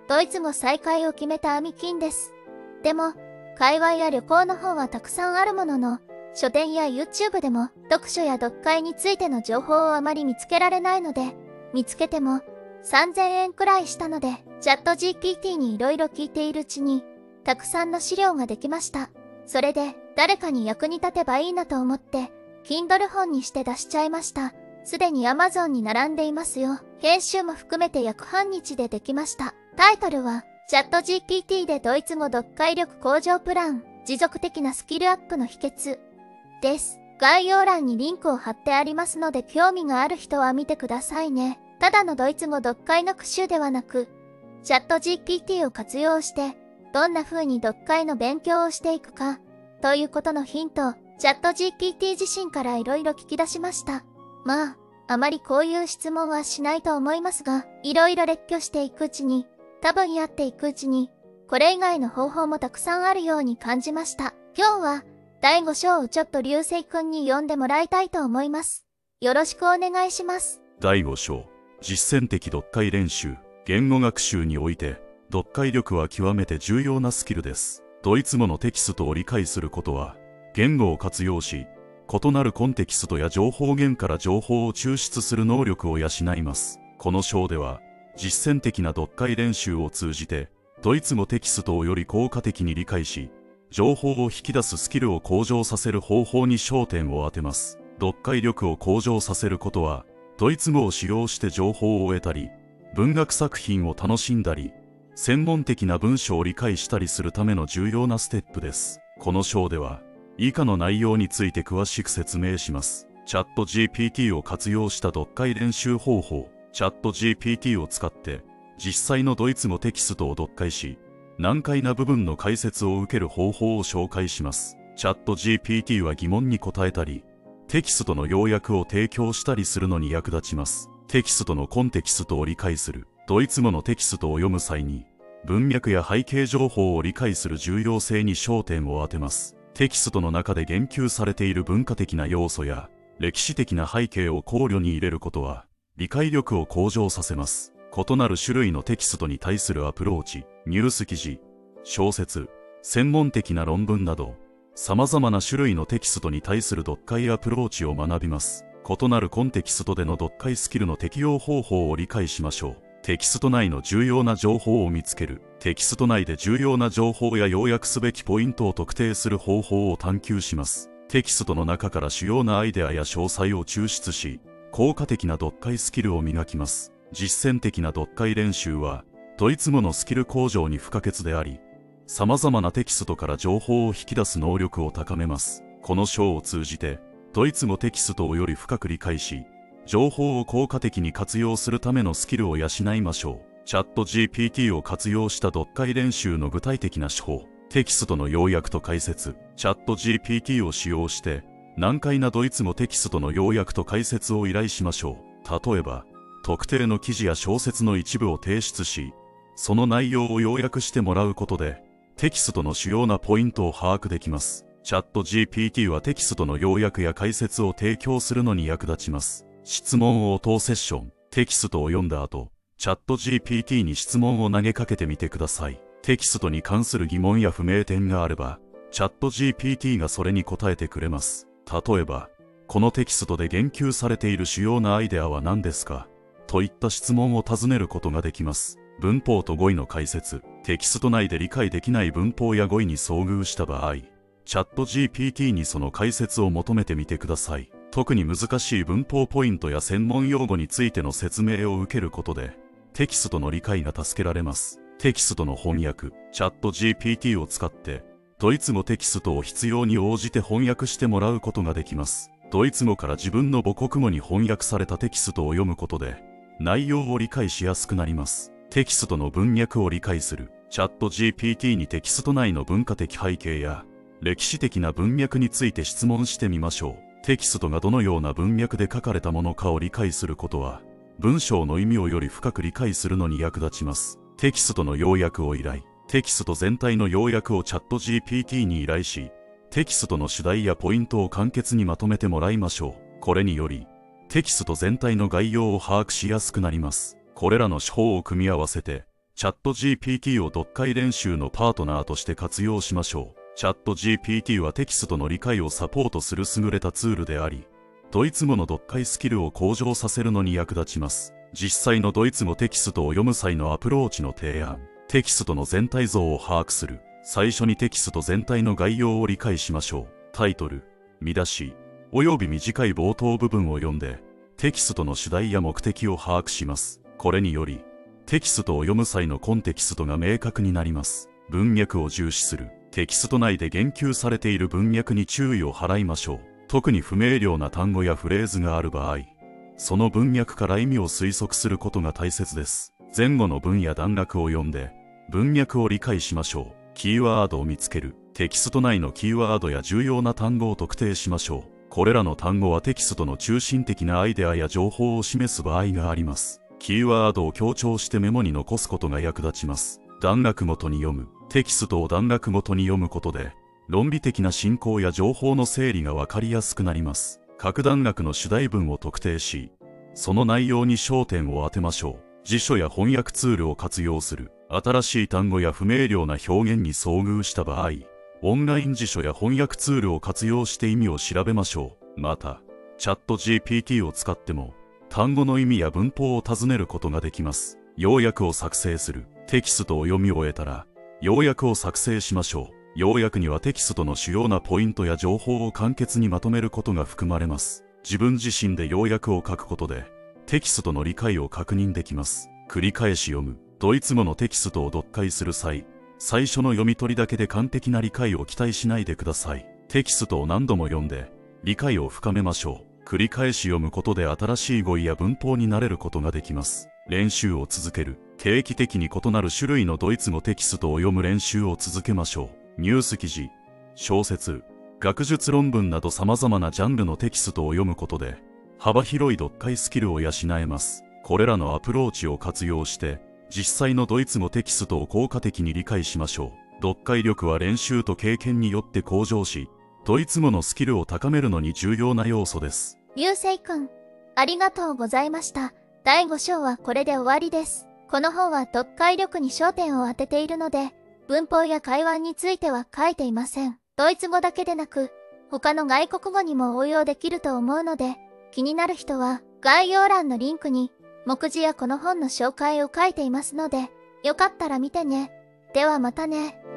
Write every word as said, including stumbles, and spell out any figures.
ドイツ語再開を決めたアミキンです。でも、会話や旅行の本はたくさんあるものの、書店や YouTube でも読書や読解についての情報をあまり見つけられないので、見つけてもさんぜんえんくらいしたので、チャット ジーピーティー にいろいろ聞いているうちに、たくさんの資料ができました。それで、誰かに役に立てばいいなと思って、Kindle 本にして出しちゃいました。すでに Amazon に並んでいますよ。編集も含めて約半日でできました。タイトルは、チャット ジーピーティー でドイツ語読解力向上プラン、持続的なスキルアップの秘訣です。概要欄にリンクを貼ってありますので興味がある人は見てくださいね。ただのドイツ語読解学習ではなく、チャット ジーピーティー を活用して、どんな風に読解の勉強をしていくか、ということのヒントを、チャット ジーピーティー 自身からいろいろ聞き出しました。まあ、あまりこういう質問はしないと思いますが、いろいろ列挙していくうちに、多分やっていくうちに、これ以外の方法もたくさんあるように感じました。今日は、だいご章をちょっと流星くんに読んでもらいたいと思います。よろしくお願いします。 だいご章、実践的読解練習。言語学習において、読解力は極めて重要なスキルです。ドイツ語のテキストを理解することは、言語を活用し、異なるコンテキストや情報源から情報を抽出する能力を養います。この章では、実践的な読解練習を通じて、ドイツ語テキストをより効果的に理解し、情報を引き出すスキルを向上させる方法に焦点を当てます。読解力を向上させることは、ドイツ語を使用して情報を得たり、文学作品を楽しんだり、専門的な文章を理解したりするための重要なステップです。この章では、以下の内容について詳しく説明します。チャット ジーピーティー を活用した読解練習方法。チャット ジーピーティー を使って、実際のドイツ語テキストを読解し、難解な部分の解説を受ける方法を紹介します。チャット ジーピーティー は疑問に答えたり、テキストの要約を提供したりするのに役立ちます。テキストのコンテキストを理解する。ドイツ語のテキストを読む際に、文脈や背景情報を理解する重要性に焦点を当てます。テキストの中で言及されている文化的な要素や、歴史的な背景を考慮に入れることは、理解力を向上させます。異なる種類のテキストに対するアプローチ、ニュース記事、小説、専門的な論文など、様々な種類のテキストに対する読解アプローチを学びます。異なるコンテキストでの読解スキルの適用方法を理解しましょう。テキスト内の重要な情報を見つける。テキスト内で重要な情報や要約すべきポイントを特定する方法を探求します。テキストの中から主要なアイデアや詳細を抽出し、効果的な読解スキルを磨きます。実践的な読解練習は、ドイツ語のスキル向上に不可欠であり、様々なテキストから情報を引き出す能力を高めます。この章を通じて、ドイツ語テキストをより深く理解し、情報を効果的に活用するためのスキルを養いましょう。チャット ジーピーティー を活用した読解練習の具体的な手法。テキストの要約と解説。チャット ジーピーティー を使用して、難解なドイツ語テキストの要約と解説を依頼しましょう。例えば、特定の記事や小説の一部を提出し、その内容を要約してもらうことで、テキストの主要なポイントを把握できます。チャット ジーピーティー はテキストの要約や解説を提供するのに役立ちます。質問応答セッション。テキストを読んだ後、チャット ジーピーティー に質問を投げかけてみてください。テキストに関する疑問や不明点があれば、チャット ジーピーティー がそれに答えてくれます。例えば、このテキストで言及されている主要なアイデアは何ですか？といった質問を尋ねることができます。文法と語彙の解説。テキスト内で理解できない文法や語彙に遭遇した場合、チャット ジーピーティー にその解説を求めてみてください。特に難しい文法ポイントや専門用語についての説明を受けることで、テキストの理解が助けられます。テキストの翻訳。チャット ジーピーティー を使って、ドイツ語テキストを必要に応じて翻訳してもらうことができます。ドイツ語から自分の母国語に翻訳されたテキストを読むことで、内容を理解しやすくなります。テキストの文脈を理解する。チャット ジーピーティー にテキスト内の文化的背景や歴史的な文脈について質問してみましょう。テキストがどのような文脈で書かれたものかを理解することは、文章の意味をより深く理解するのに役立ちます。テキストの要約を依頼。テキスト全体の要約をチャット ジーピーティー に依頼し、テキストの主題やポイントを簡潔にまとめてもらいましょう。これにより、テキスト全体の概要を把握しやすくなります。これらの手法を組み合わせて、 チャット ジーピーティー を読解練習のパートナーとして活用しましょう。チャット ジーピーティー はテキストの理解をサポートする優れたツールであり、ドイツ語の読解スキルを向上させるのに役立ちます。実際のドイツ語テキストを読む際のアプローチの提案。テキストの全体像を把握する。最初にテキスト全体の概要を理解しましょう。タイトル、見出し、および短い冒頭部分を読んで、テキストの主題や目的を把握します。これにより、テキストを読む際のコンテキストが明確になります。文脈を重視する。テキスト内で言及されている文脈に注意を払いましょう。特に不明瞭な単語やフレーズがある場合、その文脈から意味を推測することが大切です。前後の文や段落を読んで、文脈を理解しましょう。キーワードを見つける。テキスト内のキーワードや重要な単語を特定しましょう。これらの単語はテキストの中心的なアイデアや情報を示す場合があります。キーワードを強調してメモに残すことが役立ちます。段落ごとに読む。テキストを段落ごとに読むことで、論理的な進行や情報の整理がわかりやすくなります。各段落の主題文を特定し、その内容に焦点を当てましょう。辞書や翻訳ツールを活用する。新しい単語や不明瞭な表現に遭遇した場合、オンライン辞書や翻訳ツールを活用して意味を調べましょう。また、チャット ジーピーティー を使っても、単語の意味や文法を尋ねることができます。要約を作成する。テキストを読み終えたら、要約を作成しましょう。要約にはテキストの主要なポイントや情報を簡潔にまとめることが含まれます。自分自身で要約を書くことで、テキストの理解を確認できます。繰り返し読む。ドイツ語のテキストを読解する際、最初の読み取りだけで完璧な理解を期待しないでください。テキストを何度も読んで、理解を深めましょう。繰り返し読むことで新しい語彙や文法に慣れることができます。練習を続ける。定期的に異なる種類のドイツ語テキストを読む練習を続けましょう。ニュース記事、小説、学術論文など様々なジャンルのテキストを読むことで、幅広い読解スキルを養えます。これらのアプローチを活用して、実際のドイツ語テキストを効果的に理解しましょう。読解力は練習と経験によって向上し、ドイツ語のスキルを高めるのに重要な要素です。 流星くん、ありがとうございました。だいご章はこれで終わりです。この本は読解力に焦点を当てているので、文法や会話については書いていません。ドイツ語だけでなく、他の外国語にも応用できると思うので、気になる人は概要欄のリンクに目次やこの本の紹介を書いていますので、よかったら見てね。ではまたね。